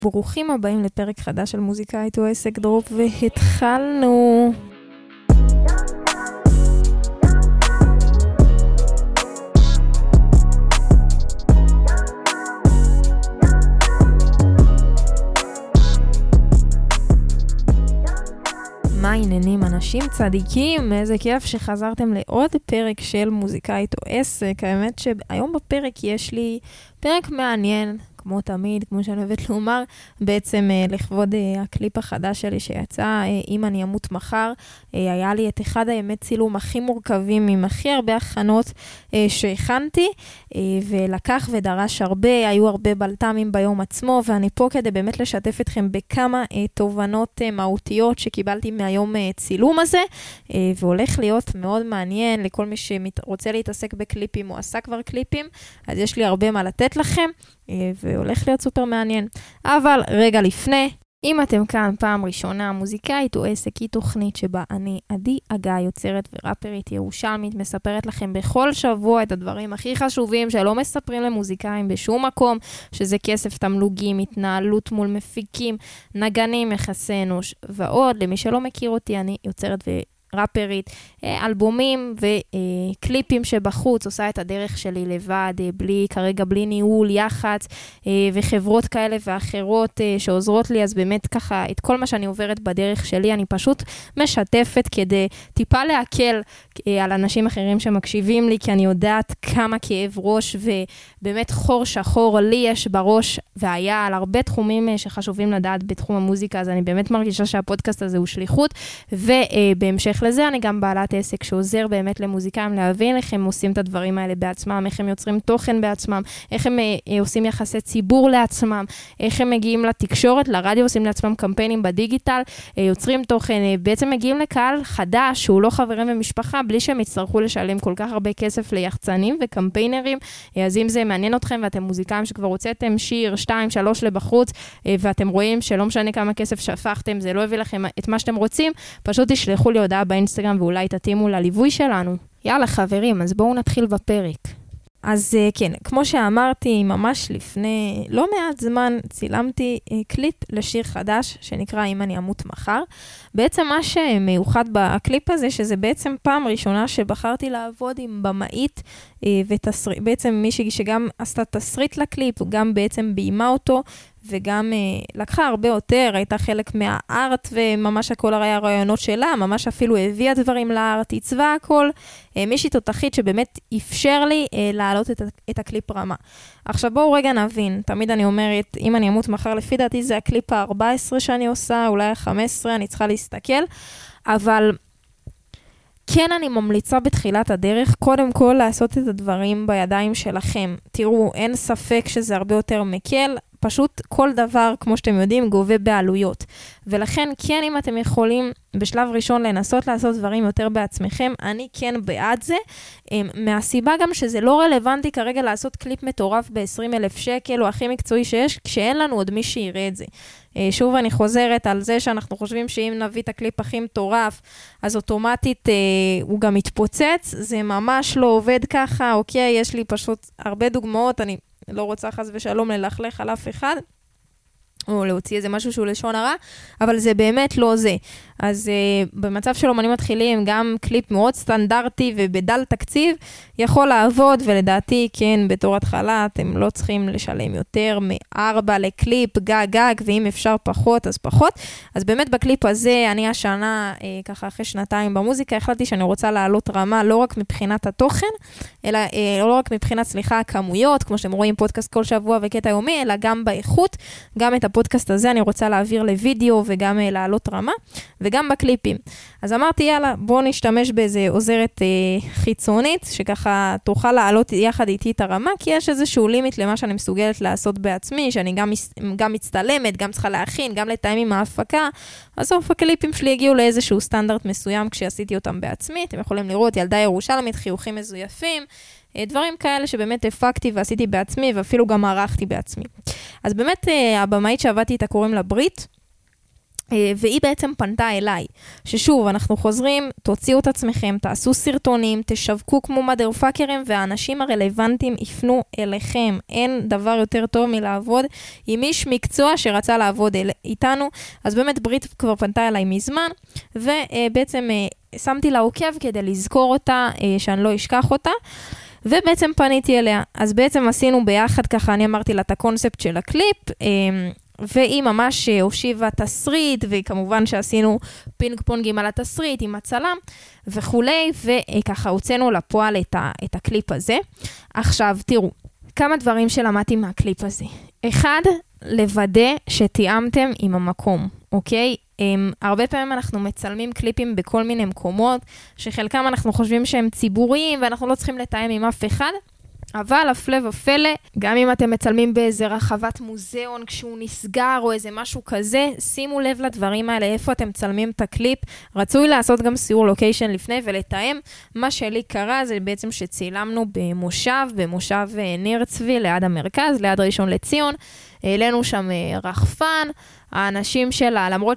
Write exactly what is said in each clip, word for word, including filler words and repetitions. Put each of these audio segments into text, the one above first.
ברוכים הבאים לפרק חדש של מוזיקאית או עסק דרופ, והתחלנו. מה העניינים אנשים צדיקים? איזה כיף שחזרתם לעוד פרק של מוזיקאית או עסק. האמת שהיום בפרק יש לי פרק מעניין, כמו תמיד, כמו שאני אוהבת לומר, בעצם לכבוד הקליפ החדש שלי שיצא, אם אני אמות מחר, היה לי את אחד הימי צילום הכי מורכבים, עם הכי הרבה הכנות שהכנתי, ולקח ודרש הרבה, היו הרבה בלטמים ביום עצמו, ואני פה כדי באמת לשתף אתכם בכמה תובנות מהותיות שקיבלתי מהיום צילום הזה, והולך להיות מאוד מעניין לכל מי שרוצה להתעסק בקליפים או עשה כבר קליפים, אז יש לי הרבה מה לתת לכם, והולך להיות סופר מעניין. אבל רגע לפני, אם אתם כאן פעם ראשונה, מוזיקאית או עסק היא תוכנית שבה אני, עדי אגה, יוצרת וראפרית ירושלמית, מספרת לכם בכל שבוע את הדברים הכי חשובים שלא מספרים למוזיקאים בשום מקום, שזה כסף, תמלוגים, התנהלות מול מפיקים, נגנים, יחסי אנוש ועוד. למי שלא מכיר אותי, אני יוצרת ו... ראפרית, אלבומים וקליפים שבחוץ, עושה את הדרך שלי לבד, בלי, כרגע בלי ניהול, יח"צ, וחברות כאלה ואחרות שעוזרות לי, אז באמת ככה, את כל מה שאני עוברת בדרך שלי, אני פשוט משתפת כדי טיפה להקל על אנשים אחרים שמקשיבים לי, כי אני יודעת כמה כאב ראש, ובאמת חור שחור לי יש בראש, והיה על הרבה תחומים שחשובים לדעת בתחום המוזיקה, אז אני באמת מרגישה שהפודקאסט הזה הוא שליחות, ובהמשך לזה אני גם בעלת עסק שעוזר באמת למוזיקאים להבין איך הם עושים את הדברים האלה בעצמם, איך הם יוצרים תוכן בעצמם, איך הם אה, עושים יחסי ציבור לעצמם, איך הם מגיעים לתקשורת, לרדיו, עושים לעצמם קמפיינים בדיגיטל, אה, יוצרים תוכן, אה, בעצם מגיעים לקהל חדש שהוא לא חברים ומשפחה, בלי שהם יצטרכו לשלם כל כך הרבה כסף ליחצנים וקמפיינרים. אה, אז אם זה מעניין אתכם ואתם מוזיקאים שכבר הוצאתם שיר, שתיים, שלוש לבחוץ, אה, ואתם רואים שלא משנה כמה כסף שפכתם, זה לא הביא לכם את מה שאתם רוצים, פשוט תשלחו לי הודעה באינסטגרם ואולי תתאימו לליווי שלנו. יאללה חברים, אז בואו נתחיל בפרק. אז כן, כמו שאמרתי, ממש לפני לא מעט זמן צילמתי קליפ לשיר חדש שנקרא אם אני אמות מחר. בעצם מה שמיוחד בקליפ הזה, שזה בעצם פעם ראשונה שבחרתי לעבוד עם במאית, ובעצם מישהי שגם עשתה תסריט לקליפ, וגם בעצם ביימה אותו, וגם אה, לקחה הרבה יותר, הייתה חלק מהארט, וממש הכל הרי הרעיונות שלה, ממש אפילו הביאה דברים לארט, עיצבה הכל, אה, מישהי תותחית שבאמת אפשר לי אה, להעלות את, את הקליפ רמה. עכשיו בואו רגע נבין, תמיד אני אומרת, אם אני אמות מחר, לפי דעתי זה הקליפ ה-ארבע עשרה שאני עושה, אולי ה-חמש עשרה, אני צריכה להסתכל, אבל כן אני ממליצה בתחילת הדרך, קודם כל לעשות את הדברים בידיים שלכם. תראו, אין ספק שזה הרבה יותר מקל, פשוט כל דבר, כמו שאתם יודעים, גובה בעלויות. ולכן, כן, אם אתם יכולים בשלב ראשון לנסות לעשות דברים יותר בעצמכם, אני כן בעד זה, מהסיבה גם שזה לא רלוונטי כרגע לעשות קליפ מטורף ב-עשרים אלף שקל, או הכי מקצועי שיש, כשאין לנו עוד מי שיראה את זה. שוב, אני חוזרת על זה שאנחנו חושבים שאם נביא את הקליפ הכי מטורף, אז אוטומטית אה, הוא גם מתפוצץ, זה ממש לא עובד ככה, אוקיי, יש לי פשוט הרבה דוגמאות, אני לא רוצה חס ושלום ללכלך על אף אחד, או להוציא איזה משהו שהוא לשון הרע, אבל זה באמת לא זה. אז uh, במצב של אומנים מתחילים, גם קליפ מאוד סטנדרטי ובדל תקציב, יכול לעבוד, ולדעתי, כן, בתור התחלה, אתם לא צריכים לשלם יותר מארבע לקליפ, גג גג, ואם אפשר פחות, אז פחות. אז באמת בקליפ הזה, אני השנה, uh, ככה אחרי שנתיים במוזיקה, החלטתי שאני רוצה לעלות רמה, לא רק מבחינת התוכן, אלא uh, לא רק מבחינת, סליחה, הכמויות, כמו שאתם רואים פודקאסט כל שבוע וקטע יומי, אלא גם באיכות, גם את הפודקאסט הזה אני רוצה להעביר לוידאו וגם uh, לעלות רמה, וגם בקליפים. אז אמרתי, יאללה, בואו נשתמש באיזה עוזרת אה, חיצונית, שככה תוכל לעלות יחד איתי את הרמה, כי יש איזשהו לימיט למה שאני מסוגלת לעשות בעצמי, שאני גם, גם מצטלמת, גם צריכה להכין, גם לתאם עם ההפקה. בסוף הקליפים שלי הגיעו לאיזשהו סטנדרט מסוים כשעשיתי אותם בעצמי. אתם יכולים לראות ילדה ירושלמית, חיוכים מזויפים, דברים כאלה שבאמת הפקתי ועשיתי בעצמי, ואפילו גם ערכתי בעצמי. אז באמת, הבמאית שעבדתי איתה קוראים לה ברית, והיא בעצם פנתה אליי, ששוב, אנחנו חוזרים, תוציאו את עצמכם, תעשו סרטונים, תשווקו כמו מדרפאקרים, והאנשים הרלוונטיים יפנו אליכם. אין דבר יותר טוב מלעבוד עם איש מקצוע שרצה לעבוד אל, איתנו, אז באמת ברית כבר פנתה אליי מזמן, ובעצם שמתי לה עוקב כדי לזכור אותה, שאני לא אשכח אותה, ובעצם פניתי אליה. אז בעצם עשינו ביחד, ככה אני אמרתי לה את הקונספט של הקליפ, והיא ממש הושיבה תסריט, וכמובן שעשינו פינג פונגים על התסריט עם הצלם וכולי, וככה הוצאנו לפועל את, ה, את הקליפ הזה. עכשיו, תראו, כמה דברים שלמדתי מהקליפ הזה. אחד, לוודא שתיאמתם עם המקום, אוקיי? Um, הרבה פעמים אנחנו מצלמים קליפים בכל מיני מקומות, שחלקם אנחנו חושבים שהם ציבוריים, ואנחנו לא צריכים לתאם עם אף אחד, אבל הפלא ופלא, גם אם אתם מצלמים באיזה רחבת מוזיאון כשהוא נסגר או איזה משהו כזה, שימו לב לדברים האלה, איפה אתם מצלמים את הקליפ. רצוי לעשות גם סיור לוקיישן לפני ולתאם. מה שלי קרה זה בעצם שצילמנו במושב, במושב ניר צבי ליד המרכז, ליד ראשון לציון. העלינו שם רחפן, האנשים שלה, למרות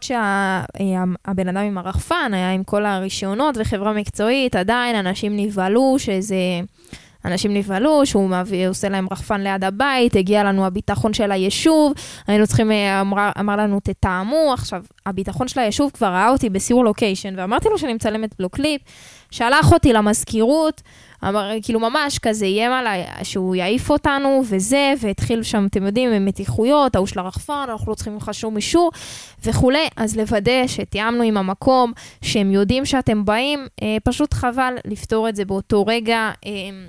שהבן אדם עם הרחפן היה עם כל הרישיונות וחברה מקצועית, עדיין אנשים נבהלו שזה... אנשים נבהלו, שהוא מביא, עושה להם רחפן ליד הבית, הגיע לנו הביטחון של היישוב, היינו צריכים, אמר, אמר לנו, תתאמו. עכשיו, הביטחון של היישוב כבר ראה אותי בסיור לוקיישן, ואמרתי לו שאני מצלמת לו קליפ, שלח אותי למזכירות, אמר, כאילו ממש כזה, איים עליי, שהוא יעיף אותנו, וזה, והתחיל שם, אתם יודעים, מתיחויות, ההוא של הרחפן, אנחנו לא צריכים לך שום אישור, וכולי. אז לוודא שתיאמנו עם המקום, שהם יודעים שאתם באים, אה, פשוט חבל לפתור את זה באותו רגע, אה,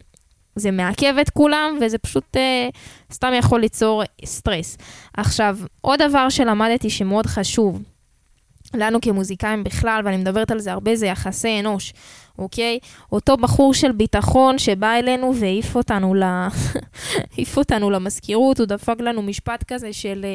זה מעכב את כולם, וזה פשוט אה, סתם יכול ליצור סטרס. עכשיו, עוד דבר שלמדתי שמאוד חשוב, לנו כמוזיקאים בכלל, ואני מדברת על זה הרבה, זה יחסי אנוש, אוקיי? אותו בחור של ביטחון שבא אלינו והעיף אותנו, לה... העיף אותנו למזכירות, הוא דפק לנו משפט כזה של...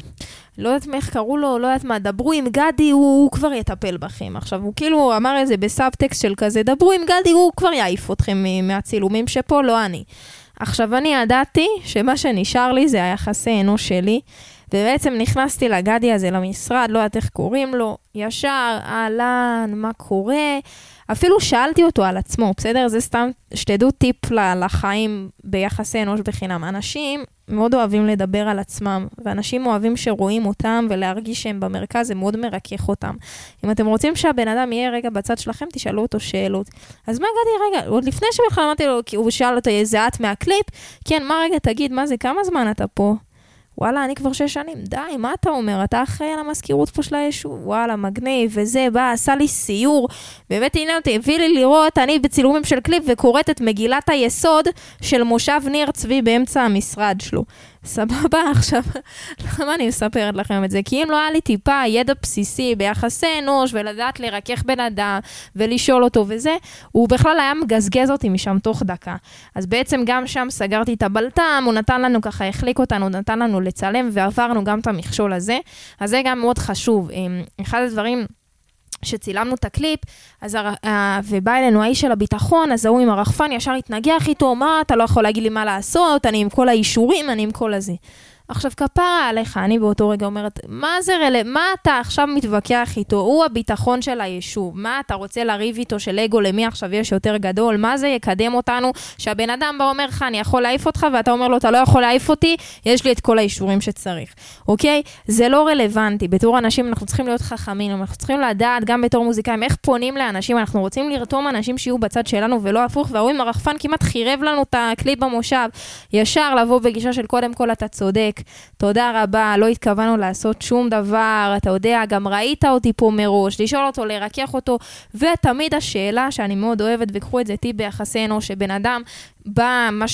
לא יודעת איך קראו לו, לא יודעת מה, דברו עם גדי, הוא, הוא כבר יטפל בכם. עכשיו, הוא כאילו אמר את זה בסאבטקסט של כזה, דברו עם גדי, הוא כבר יעיף אתכם מהצילומים שפה, לא אני. עכשיו, אני ידעתי שמה שנשאר לי זה היחסי אנוש שלי, ובעצם נכנסתי לגדי הזה למשרד, לא יודעת איך קוראים לו, ישר, אהלן, מה קורה? אפילו שאלתי אותו על עצמו, בסדר? זה סתם שתדעו טיפ לחיים ביחסי אנוש בחינם. אנשים מאוד אוהבים לדבר על עצמם, ואנשים אוהבים שרואים אותם ולהרגיש שהם במרכז, זה מאוד מרכך אותם. אם אתם רוצים שהבן אדם יהיה רגע בצד שלכם, תשאלו אותו שאלות. אז מה גדי רגע? עוד לפני שבכלל אמרתי לו, כי הוא שאל אותו, זה את מהקליפ? כן, מה רגע, תגיד, מה זה, כמה זמן אתה פה? וואלה, אני כבר שש שנים, די, מה אתה אומר? אתה אחראי על המזכירות פה של היישוב, וואלה, מגניב, וזה, בא, עשה לי סיור, באמת הנה אותי, הביא לי לראות, אני בצילומים של קליפ, וקוראת את מגילת היסוד של מושב ניר צבי באמצע המשרד שלו. סבבה, עכשיו, למה אני מספרת לכם את זה? כי אם לא היה לי טיפה ידע בסיסי ביחסי אנוש, ולדעת לרכך בן אדם, ולשאול אותו וזה, הוא בכלל היה מגזגז אותי משם תוך דקה. אז בעצם גם שם סגרתי את הבלטם, הוא נתן לנו ככה, החליק אותנו, הוא נתן לנו לצלם, ועברנו גם את המכשול הזה. אז זה גם מאוד חשוב. אחד הדברים... שצילמנו את הקליפ, אז הר... ובא אלינו האיש של הביטחון, אז הוא עם הרחפן ישר התנגח איתו, מה, אתה לא יכול להגיד לי מה לעשות, אני עם כל האישורים, אני עם כל הזה. עכשיו כפרה עליך, אני באותו רגע אומרת, מה זה רלב, מה אתה עכשיו מתווכח איתו, הוא הביטחון של היישוב, מה אתה רוצה לריב איתו של אגו למי עכשיו יש יותר גדול, מה זה יקדם אותנו, שהבן אדם בא אומר לך, אני יכול להעיף אותך, ואתה אומר לו, אתה לא יכול להעיף אותי, יש לי את כל האישורים שצריך, אוקיי? זה לא רלוונטי, בתור אנשים אנחנו צריכים להיות חכמים, אנחנו צריכים לדעת גם בתור מוזיקאים, איך פונים לאנשים, אנחנו רוצים לרתום אנשים שיהיו בצד שלנו ולא הפוך, והוא עם הרחפן כמעט חירב לנו את הקליפ במושב, ישר לבוא בגישה של קודם כל אתה צודק, תודה רבה, לא התכוונו לעשות שום דבר, אתה יודע, גם ראית אותי פה מראש, לשאול אותו, לרכך אותו, ותמיד השאלה שאני מאוד אוהבת, וקחו את זה טיפ ביחסי אנוש, שבן אדם בא ממש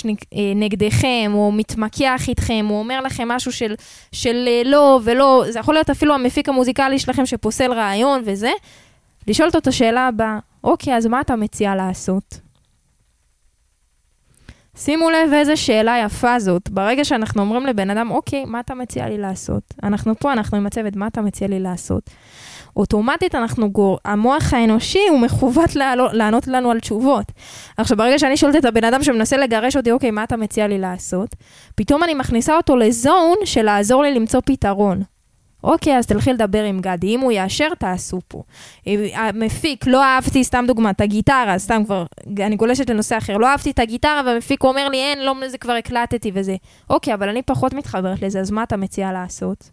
נגדכם, או מתמקח איתכם, או אומר לכם משהו של, של לא ולא, זה יכול להיות אפילו המפיק המוזיקלי שלכם שפוסל רעיון וזה, לשאול אותו את השאלה הבאה, אוקיי, אז מה אתה מציע לעשות? שימו לב איזה שאלה יפה זאת. ברגע שאנחנו אומרים לבן אדם, אוקיי, מה אתה מציע לי לעשות? אנחנו פה, אנחנו עם הצוות, מה אתה מציע לי לעשות? אוטומטית אנחנו גור, המוח האנושי הוא מכוות לענות לנו על תשובות. עכשיו, ברגע שאני שואלת את הבן אדם שמנסה לגרש אותי, אוקיי, מה אתה מציע לי לעשות? פתאום אני מכניסה אותו לזון של לעזור לי למצוא פתרון. אוקיי, אז תלכי לדבר עם גדי, אם הוא יאשר, תעשו פה. המפיק, לא אהבתי, סתם דוגמה, את הגיטרה, סתם כבר, אני גולשת לנושא אחר, לא אהבתי את הגיטרה, והמפיק אומר לי, אין, לא, זה כבר הקלטתי וזה. אוקיי, אבל אני פחות מתחברת לזה, אז מה אתה מציע לעשות?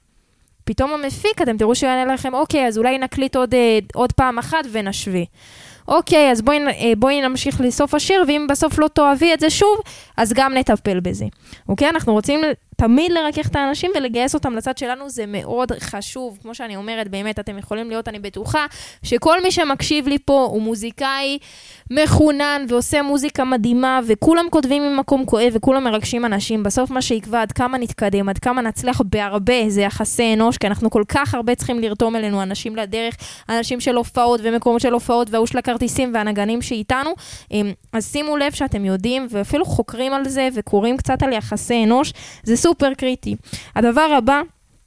פתאום המפיק, אתם תראו שהוא יענה לכם, אוקיי, אז אולי נקליט עוד, עוד פעם אחת ונשווה. אוקיי, אז בואי, בואי נמשיך לסוף השיר, ואם בסוף לא תאהבי את זה שוב, אז גם נטפל בזה. אוקיי, אנחנו רוצים תמיד לרכך את האנשים ולגייס אותם לצד שלנו, זה מאוד חשוב. כמו שאני אומרת, באמת, אתם יכולים להיות, אני בטוחה, שכל מי שמקשיב לי פה הוא מוזיקאי מחונן ועושה מוזיקה מדהימה, וכולם כותבים ממקום כואב, וכולם מרגשים אנשים. בסוף מה שיקבע עד כמה נתקדם, עד כמה נצליח בהרבה, זה יחסי אנוש, כי אנחנו כל כך הרבה צריכים לרתום אלינו אנשים לדרך, אנשים של הופעות ומקומות של הופעות, והוא של הכרטיסים והנגנים שאיתנו. אז שימו לב שאתם יודעים, ואפילו חוקרים על זה, וקוראים קצת על יחסי אנוש. זה סופר קריטי. הדבר הבא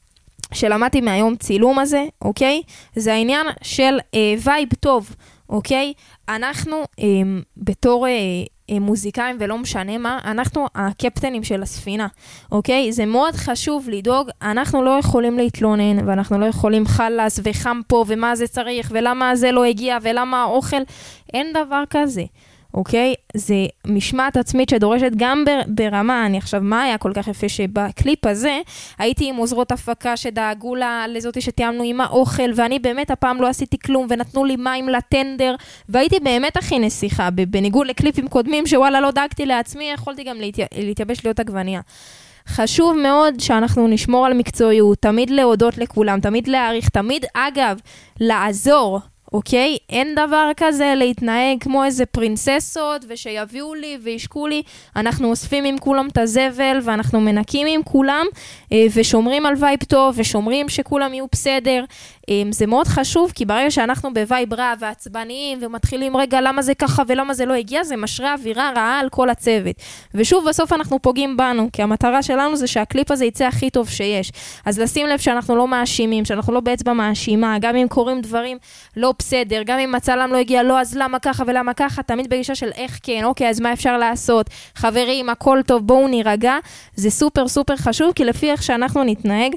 שלמדתי מהיום צילום הזה, אוקיי? זה העניין של אה, וייב טוב, אוקיי? אנחנו אה, בתור אה, אה, מוזיקאים ולא משנה מה, אנחנו הקפטנים של הספינה, אוקיי? זה מאוד חשוב לדאוג, אנחנו לא יכולים להתלונן, ואנחנו לא יכולים חלס וחם פה, ומה זה צריך, ולמה זה לא הגיע, ולמה האוכל, אין דבר כזה. אוקיי? זה משמעת עצמית שדורשת גם ברמה, אני עכשיו, מה היה כל כך יפה שבקליפ הזה, הייתי עם עוזרות הפקה שדאגו לה, לזאתי שתיאמנו עם האוכל, ואני באמת הפעם לא עשיתי כלום, ונתנו לי מים לטנדר, והייתי באמת הכי נסיכה, בניגוד לקליפים קודמים, שוואלה לא דאגתי לעצמי, יכולתי גם להתייבש להיות עגבניה. חשוב מאוד שאנחנו נשמור על מקצועיות, תמיד להודות לכולם, תמיד להעריך, תמיד, אגב, לעזור, אוקיי? אין דבר כזה להתנהג כמו איזה פרינססות, ושיביאו לי וישקו לי. אנחנו אוספים עם כולם את הזבל, ואנחנו מנקים עם כולם, ושומרים על וייב טוב, ושומרים שכולם יהיו בסדר. זה מאוד חשוב, כי ברגע שאנחנו בווייב רע ועצבניים, ומתחילים רגע למה זה ככה ולמה זה לא הגיע, זה משרה אווירה רעה על כל הצוות. ושוב, בסוף אנחנו פוגעים בנו, כי המטרה שלנו זה שהקליפ הזה יצא הכי טוב שיש. אז לשים לב שאנחנו לא מאשימים, שאנחנו לא באצבע מאשימה, גם אם קוראים דברים לא בסדר, גם אם הצלם לא הגיע, לא, אז למה ככה ולמה ככה, תמיד בגישה של איך כן, אוקיי, אז מה אפשר לעשות? חברים, הכל טוב, בואו נירגע. זה סופר סופר חשוב, כי לפי איך שאנחנו נתנהג,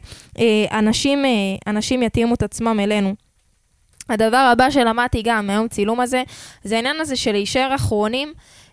אנשים, אנשים יתאימו את עצמם אלינו. הדבר הבא שלמדתי גם מהיום צילום הזה, זה העניין הזה של להישאר אחרונים,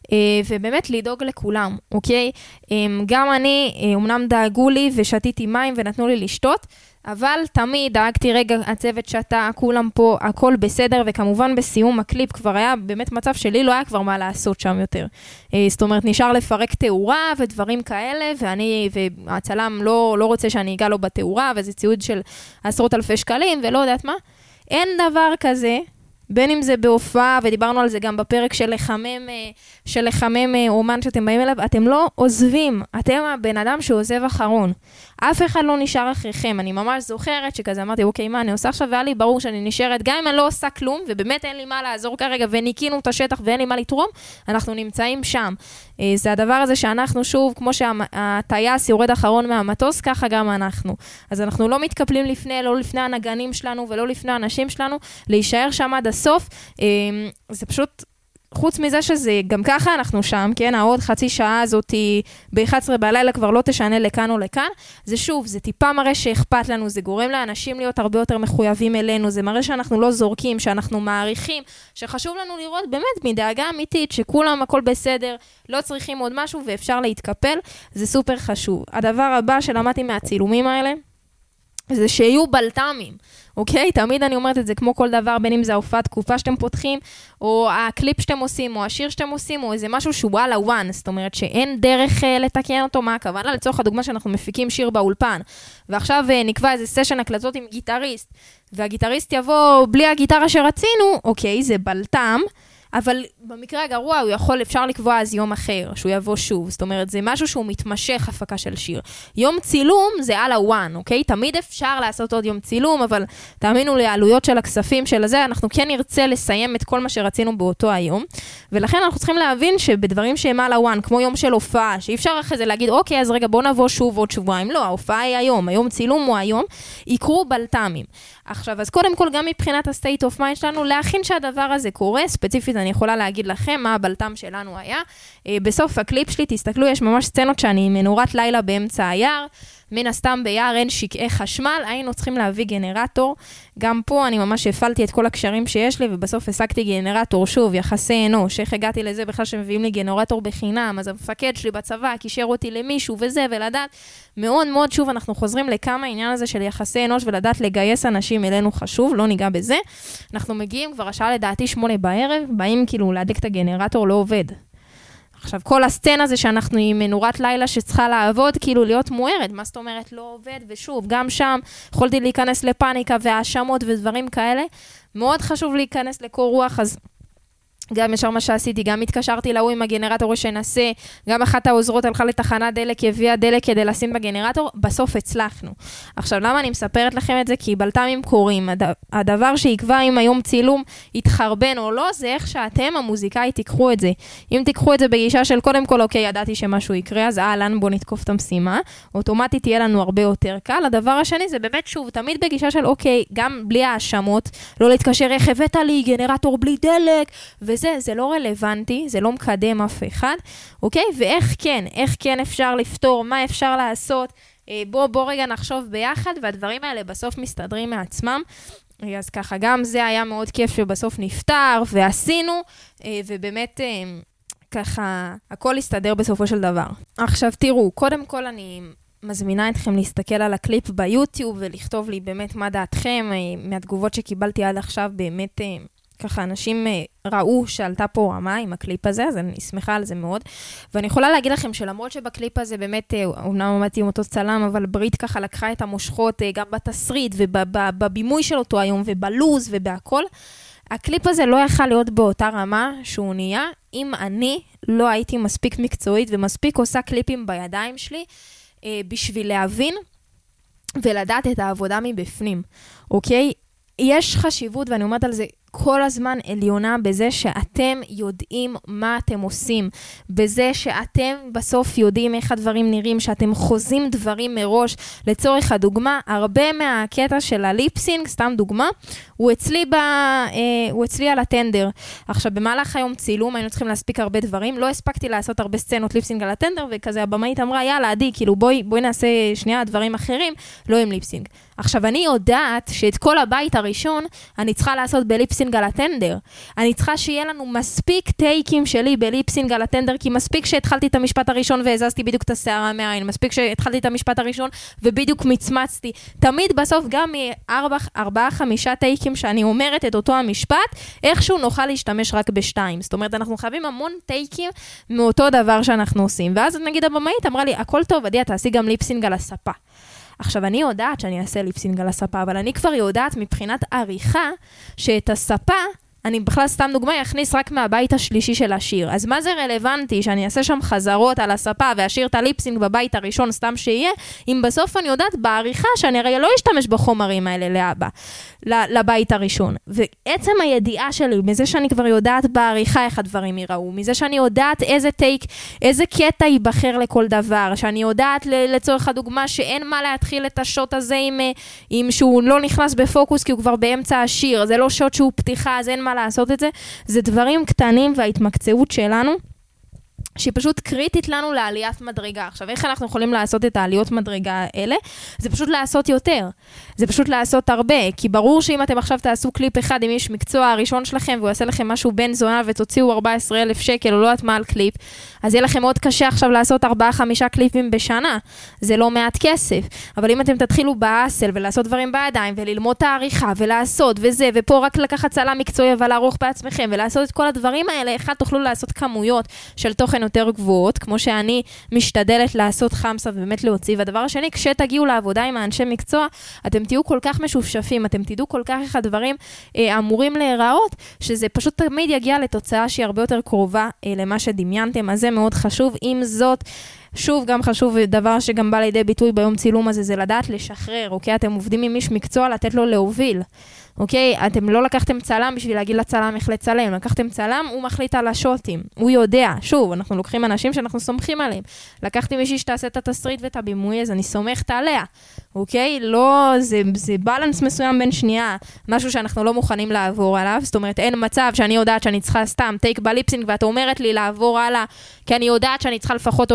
ובאמת לדאוג לכולם, אוקיי? גם אני, אמנם דאגו לי ושתיתי מים ונתנו לי לשתות, אבל תמיד דאגתי רגע, הצוות שתה, כולם פה, הכל בסדר, וכמובן בסיום הקליפ כבר היה באמת מצב שלי, לא היה כבר מה לעשות שם יותר. זאת אומרת, נשאר לפרק תאורה ודברים כאלה, ואני, והצלם לא, לא רוצה שאני אגע לו בתאורה, וזה ציוד של עשרות אלפי שקלים, ולא יודעת מה. אין דבר כזה, בין אם זה בהופעה, ודיברנו על זה גם בפרק של לחמם, של לחמם אומן שאתם באים אליו, אתם לא עוזבים, אתם הבן אדם שעוזב אחרון. אף אחד לא נשאר אחריכם, אני ממש זוכרת שכזה אמרתי, אוקיי, מה אני עושה עכשיו? והיה לי ברור שאני נשארת, גם אם אני לא עושה כלום, ובאמת אין לי מה לעזור כרגע, וניקינו את השטח ואין לי מה לתרום, אנחנו נמצאים שם. זה הדבר הזה שאנחנו שוב, כמו שהטייס יורד אחרון מהמטוס, ככה גם אנחנו. אז אנחנו לא מתקפלים לפני, לא לפני הנגנים שלנו, ולא לפני האנשים שלנו, להישאר שם עד הסוף. זה פשוט... חוץ מזה שזה גם ככה אנחנו שם, כן, העוד חצי שעה הזאת ב-אחת עשרה בלילה כבר לא תשנה לכאן או לכאן, זה שוב, זה טיפה מראה שאכפת לנו, זה גורם לאנשים להיות הרבה יותר מחויבים אלינו, זה מראה שאנחנו לא זורקים, שאנחנו מעריכים, שחשוב לנו לראות באמת מדאגה אמיתית, שכולם הכל בסדר, לא צריכים עוד משהו ואפשר להתקפל, זה סופר חשוב. הדבר הבא שלמדתי מהצילומים האלה, זה שיהיו בלטמים, אוקיי? תמיד אני אומרת את זה כמו כל דבר, בין אם זה ההופעת תקופה שאתם פותחים, או הקליפ שאתם עושים, או השיר שאתם עושים, או איזה משהו שהוא על הוואן, זאת אומרת שאין דרך uh, לתקן אותו, מה הכוונה? לצורך הדוגמה שאנחנו מפיקים שיר באולפן, ועכשיו uh, נקבע איזה סשן הקלטות עם גיטריסט, והגיטריסט יבוא בלי הגיטרה שרצינו, אוקיי, זה בלטם, אבל במקרה הגרוע הוא יכול, אפשר לקבוע אז יום אחר, שהוא יבוא שוב. זאת אומרת, זה משהו שהוא מתמשך הפקה של שיר. יום צילום זה על הוואן, אוקיי? תמיד אפשר לעשות עוד יום צילום, אבל תאמינו לי, העלויות של הכספים של הזה, אנחנו כן נרצה לסיים את כל מה שרצינו באותו היום. ולכן אנחנו צריכים להבין שבדברים שהם על הוואן, כמו יום של הופעה, שאי אפשר אחרי זה להגיד, אוקיי, אז רגע, בוא נבוא שוב עוד שבועיים. לא, ההופעה היא היום, היום צילום הוא היום, יקרו בלטמים. עכשיו, אז קודם כל, גם מבחינת ה-state of mind שלנו, להכין שהדבר הזה קורה, ספציפית אני יכולה להגיד לכם מה הבלטם שלנו היה. בסוף הקליפ שלי, תסתכלו, יש ממש סצנות שאני מנורת לילה באמצע היער, מן הסתם ביער אין שקעי חשמל, היינו צריכים להביא גנרטור. גם פה אני ממש הפעלתי את כל הקשרים שיש לי, ובסוף השגתי גנרטור, שוב, יחסי אנוש, איך הגעתי לזה בכלל שמביאים לי גנרטור בחינם, אז המפקד שלי בצבא קישר אותי למישהו וזה, ולדעת, מאוד מאוד שוב, אנחנו חוזרים לכמה העניין הזה של יחסי אנוש, ולדעת לגייס אנשים אלינו חשוב, לא ניגע בזה. אנחנו מגיעים כבר השעה לדעתי שמונה בערב, באים כאילו להדק את הגנרטור, לא עובד. עכשיו, כל הסצנה זה שאנחנו עם מנורת לילה שצריכה לעבוד, כאילו להיות מוארת, מה זאת אומרת לא עובד, ושוב, גם שם יכולתי להיכנס לפאניקה והאשמות ודברים כאלה, מאוד חשוב להיכנס לקור רוח, אז גם ישר מה שעשיתי, גם התקשרתי להוא עם הגנרטור שנסה, גם אחת העוזרות הלכה לתחנת דלק, הביאה דלק כדי לשים בגנרטור, בסוף הצלחנו. עכשיו, למה אני מספרת לכם את זה? כי בלת"מים קוראים, הד... הדבר שיקבע אם היום צילום יתחרבן או לא, זה איך שאתם, המוזיקאי, תיקחו את זה. אם תיקחו את זה בגישה של קודם כל, אוקיי, ידעתי שמשהו יקרה, אז אהלן, בוא נתקוף את המשימה, אוטומטית תהיה לנו הרבה יותר קל. הדבר השני זה באמת שוב, תמיד בגישה של אוקיי, גם בלי האשמות, לא להתקשר איך הבאת לי גנרטור בלי דלק, וזה, זה לא רלוונטי, זה לא מקדם אף אחד, אוקיי? ואיך כן, איך כן אפשר לפתור, מה אפשר לעשות, אה, בוא, בוא רגע נחשוב ביחד, והדברים האלה בסוף מסתדרים מעצמם, אז ככה, גם זה היה מאוד כיף שבסוף נפטר, ועשינו, אה, ובאמת, אה, ככה, הכל הסתדר בסופו של דבר. עכשיו תראו, קודם כל אני מזמינה אתכם להסתכל על הקליפ ביוטיוב, ולכתוב לי באמת מה דעתכם, אה, מהתגובות שקיבלתי עד עכשיו, באמת, אה, ככה אנשים ראו שעלתה פה רמה עם הקליפ הזה, אז אני שמחה על זה מאוד. ואני יכולה להגיד לכם שלמרות שבקליפ הזה באמת, אומנם עמדתי עם אותו צלם, אבל ברית ככה לקחה את המושכות גם בתסריט ובבימוי של אותו היום ובלוז ובהכל. הקליפ הזה לא יכל להיות באותה רמה שהוא נהיה, אם אני לא הייתי מספיק מקצועית ומספיק עושה קליפים בידיים שלי, בשביל להבין ולדעת את העבודה מבפנים. אוקיי? יש חשיבות, ואני אומרת על זה כל הזמן עליונה, בזה שאתם יודעים מה אתם עושים, בזה שאתם בסוף יודעים איך הדברים נראים, שאתם חוזים דברים מראש. לצורך הדוגמה, הרבה מהקטע של הליפסינג, סתם דוגמה, הוא אצלי, ב, אה, הוא אצלי על הטנדר. עכשיו, במהלך היום צילום, היינו צריכים להספיק הרבה דברים, לא הספקתי לעשות הרבה סצנות ליפסינג על הטנדר, וכזה הבמאית אמרה, יאללה, עדי, כאילו בואי, בואי נעשה שנייה דברים אחרים, לא עם ליפסינג. עכשיו, אני יודעת שאת כל הבית הראשון, אני צריכה לעשות בליפסינג על הטנדר. אני צריכה שיהיה לנו מספיק טייקים שלי בליפסינג על הטנדר, כי מספיק שהתחלתי את המשפט הראשון והזזתי בדיוק את השערה מהעין, מספיק שהתחלתי את המשפט הראשון ובדיוק מצמצתי. תמיד בסוף גם מארבע, ארבעה, חמישה טייקים שאני אומרת את אותו המשפט, איכשהו נוכל להשתמש רק בשתיים. זאת אומרת, אנחנו חייבים המון טייקים מאותו דבר שאנחנו עושים. ואז נגיד הבמאית אמרה לי, הכל טוב, עדי, תעשי גם ליפסינג על הספה. עכשיו, אני יודעת שאני אעשה ליפסינג על הספה, אבל אני כבר יודעת מבחינת עריכה, שאת הספה, אני בכלל סתם דוגמה, אכניס רק מהבית השלישי של השיר. אז מה זה רלוונטי שאני אעשה שם חזרות על הספה, ואשאיר את הליפסינג בבית הראשון סתם שיהיה, אם בסוף אני יודעת בעריכה שאני הרי לא אשתמש בחומרים האלה לאבא, לבית הראשון. ועצם הידיעה שלי, מזה שאני כבר יודעת בעריכה איך הדברים ייראו, מזה שאני יודעת איזה טייק, איזה קטע ייבחר לכל דבר, שאני יודעת לצורך הדוגמה שאין מה להתחיל את השוט הזה עם, עם שהוא לא נכנס בפוקוס, כי הוא כבר באמצע השיר, זה לא שוט שהוא פתיחה, אז אין מה לעשות את זה. זה דברים קטנים וההתמקצעות שלנו, שהיא פשוט קריטית לנו לעליית מדרגה. עכשיו, איך אנחנו יכולים לעשות את העליות מדרגה האלה? זה פשוט לעשות יותר. זה פשוט לעשות הרבה. כי ברור שאם אתם עכשיו תעשו קליפ אחד עם איש מקצוע הראשון שלכם, והוא יעשה לכם משהו בן זונה, ותוציאו ארבעה עשר אלף שקל, או לא יודעת מה על קליפ, אז יהיה לכם מאוד קשה עכשיו לעשות ארבעה חמישה קליפים בשנה. זה לא מעט כסף. אבל אם אתם תתחילו באסל, ולעשות דברים בידיים, וללמוד את העריכה, ולעשות, וזה, ופה רק לקחת צלם מקצועי, אבל לערוך בעצמכם, ולעשות את כל הדברים האלה, אחד תוכלו לעשות כמויות של תוכן יותר גבוהות, כמו שאני משתדלת לעשות חמסה ובאמת להוציא. והדבר השני, כשתגיעו לעבודה עם האנשי מקצוע, אתם תהיו כל כך משופשפים, אתם תדעו כל כך איך הדברים אה, אמורים להיראות, שזה פשוט תמיד יגיע לתוצאה שהיא הרבה יותר קרובה אה, למה שדמיינתם. אז זה מאוד חשוב. עם זאת, שוב, גם חשוב דבר שגם בא לידי ביטוי ביום צילום הזה, זה לדעת לשחרר, אוקיי? אתם עובדים עם איש מקצוע, לתת לו להוביל. אוקיי? אתם לא לקחתם צלם בשביל להגיד לצלם איך לצלם, לקחתם צלם, הוא מחליט על השוטים, הוא יודע. שוב, אנחנו לוקחים אנשים שאנחנו סומכים עליהם. לקחתי מישהי שתעשה את התסריט ואת הבימוי, אז אני סומכת עליה. אוקיי? לא, זה, זה בלנס מסוים בין שנייה, משהו שאנחנו לא מוכנים לעבור עליו. זאת אומרת, אין מצב שאני יודעת שאני צריכה סתם טייק בליפסינג, ואת אומרת לי לעבור הלאה, כי אני יודעת שאני צריכה לפחות עוד שישה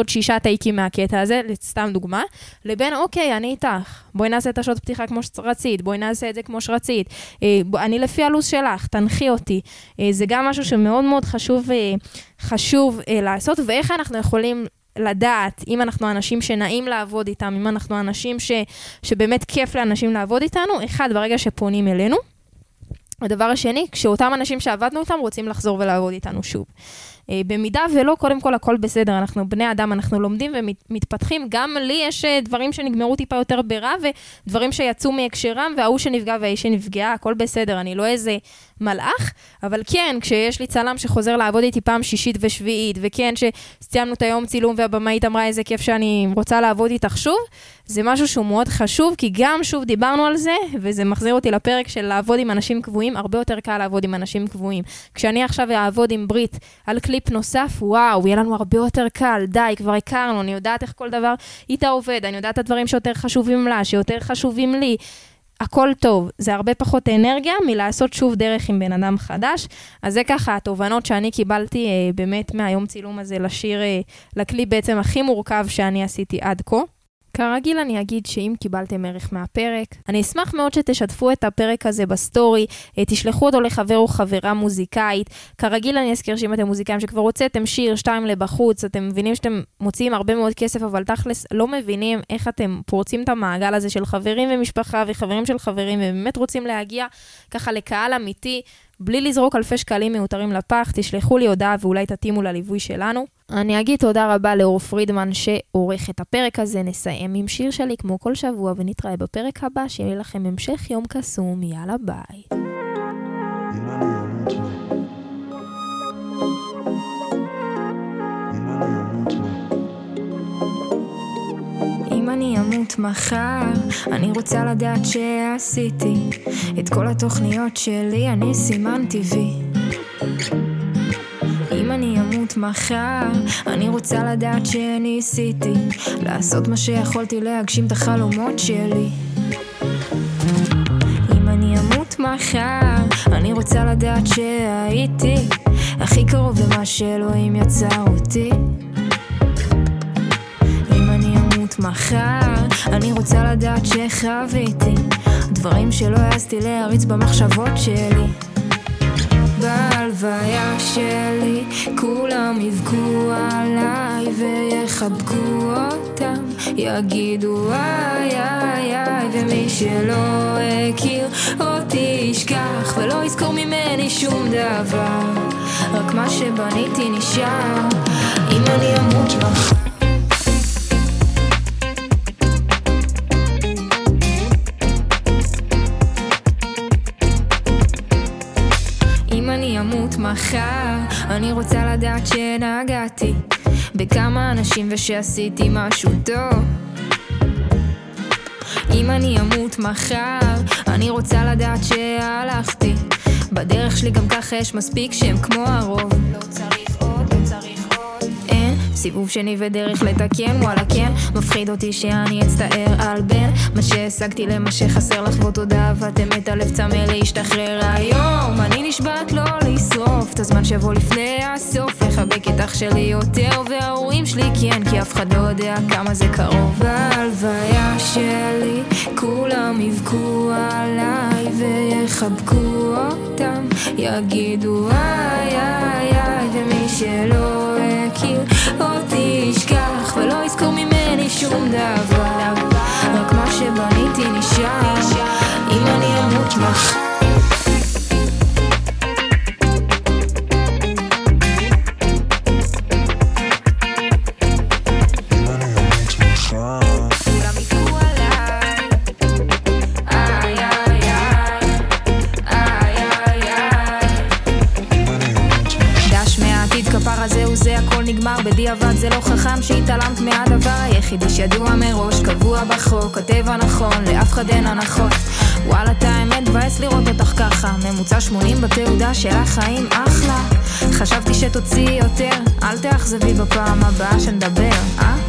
טייקים מהקטע הזה, סתם דוגמה, לבין, אוקיי, אני איתך, בואי נעשה את השעות פתיחה כמו שרצית, בואי נעשה את זה כמו שרצית, אני לפי הלו"ז שלך, תנחי אותי. זה גם משהו שמאוד מאוד חשוב, חשוב לעשות, ואיך אנחנו יכולים לדעת, אם אנחנו אנשים שנעים לעבוד איתם, אם אנחנו אנשים ש, שבאמת כיף לאנשים לעבוד איתנו, אחד, ברגע שפונים אלינו, הדבר השני, כשאותם אנשים שעבדנו איתם רוצים לחזור ולעבוד איתנו שוב. במידה ולא, קודם כל הכל בסדר, אנחנו בני אדם, אנחנו לומדים ומתפתחים, גם לי יש דברים שנגמרו טיפה יותר ברע, ודברים שיצאו מהקשרם, והוא שנפגע והאיש שנפגעה, הכל בסדר, אני לא איזה מלאך, אבל כן, כשיש לי צלם שחוזר לעבוד איתי פעם שישית ושביעית, וכן, שסיימנו את היום צילום והבמאית אמרה איזה כיף שאני רוצה לעבוד איתך שוב, זה משהו שהוא מאוד חשוב, כי גם שוב דיברנו על זה, וזה מחזיר אותי לפרק של לעבוד עם אנשים קבועים, הרבה יותר קל לעבוד עם אנשים קבועים. כשאני עכשיו אעבוד עם ברית על קליפ נוסף, וואו, יהיה לנו הרבה יותר קל, די, כבר הכרנו, אני יודעת איך כל דבר איתה עובד, אני יודעת את הדברים שיותר חשובים לה, שיותר חשובים לי, הכל טוב, זה הרבה פחות אנרגיה מלעשות שוב דרך עם בן אדם חדש, אז זה ככה התובנות שאני קיבלתי אה, באמת מהיום צילום הזה לשיר, אה, לקליפ בעצם הכי מורכב שאני עשיתי עד כה. כרגיל אני אגיד שאם קיבלתם ערך מהפרק, אני אשמח מאוד שתשתפו את הפרק הזה בסטורי, תשלחו אותו לחבר או חברה מוזיקאית. כרגיל אני אזכיר שאם אתם מוזיקאים שכבר הוצאתם שיר, שתיים לבחוץ, אתם מבינים שאתם מוציאים הרבה מאוד כסף, אבל תכלס לא מבינים איך אתם פורצים את המעגל הזה של חברים ומשפחה וחברים של חברים, ובאמת רוצים להגיע ככה לקהל אמיתי, בלי לזרוק אלפי שקלים מיותרים לפח, תשלחו לי הודעה ואולי תתאימו לליווי שלנו. אני אגיד תודה רבה לאור פרידמן שעורך את הפרק הזה, נסיים עם שיר שלי כמו כל שבוע ונתראה בפרק הבא, שיהיה לכם המשך יום קסום, יאללה ביי. אם אני אמות מחר, אני רוצה לדעת שעשיתי את כל התוכניות שלי, אני סימנתי וי. אם אני אמות מחר, אני רוצה לדעת שניסיתי לעשות מה שיכולתי להגשים את החלומות שלי. אם אני אמות מחר, אני רוצה לדעת שהייתי הכי קרוב למה שאלוהים יצר אותי. אם אני אמות מחר, אני רוצה לדעת שחוויתי דברים שלא העזתי להריץ במחשבות שלי. בהלוויה שלי כולם יבכו עליי ויחבקו אותם, יגידו איי איי איי, ומי שלא הכיר אותי ישכח ולא יזכור ממני שום דבר, רק מה שבניתי נשאר. אם אני אמות מחר, אמות מחר, אני רוצה לדעת שנגעתי בכמה אנשים ושעשיתי משהו טוב. אם אני אמות מחר, אני רוצה לדעת שהלכתי בדרך שלי, גם ככה יש מספיק שהם כמו הרוב. לא צריך עוד, לא צריך עוד, אין סיבוב שני ודרך לתקן, וואלה כן, מפחיד אותי שאני אצטער על בין מה שהשגתי למה שחסר לך, ותודה אהבת אמת, הלב צמא להשתחרר היום. אני נשבעת לא לשרוף את הזמן שבוא לפני הסוף, לחבק את אח שלי יותר וההורים שלי כן, כי אף אחד לא יודע כמה זה קרוב. בהלוויה שלי כולם יבכו עליי ויחבקו אותם, יגידו איי איי איי, ומי שלא הכיר אותי ישכח ולא יזכור ממני שום דבר, רק מה שבניתי נשאר. אם אני אמות מחר, זה הכל נגמר בדיעבד, זה לא חכם שהתעלמת מהדבר היחידי שידוע מראש, קבוע בחוק, כתב הנכון, לאף אחד אין הנחות. וואלה את האמת בייס לראות אותך ככה, ממוצע שמונים בתעודה של החיים אחלה. חשבתי שתוציא יותר, אל תאכזבי בפעם הבאה שנדבר, אה?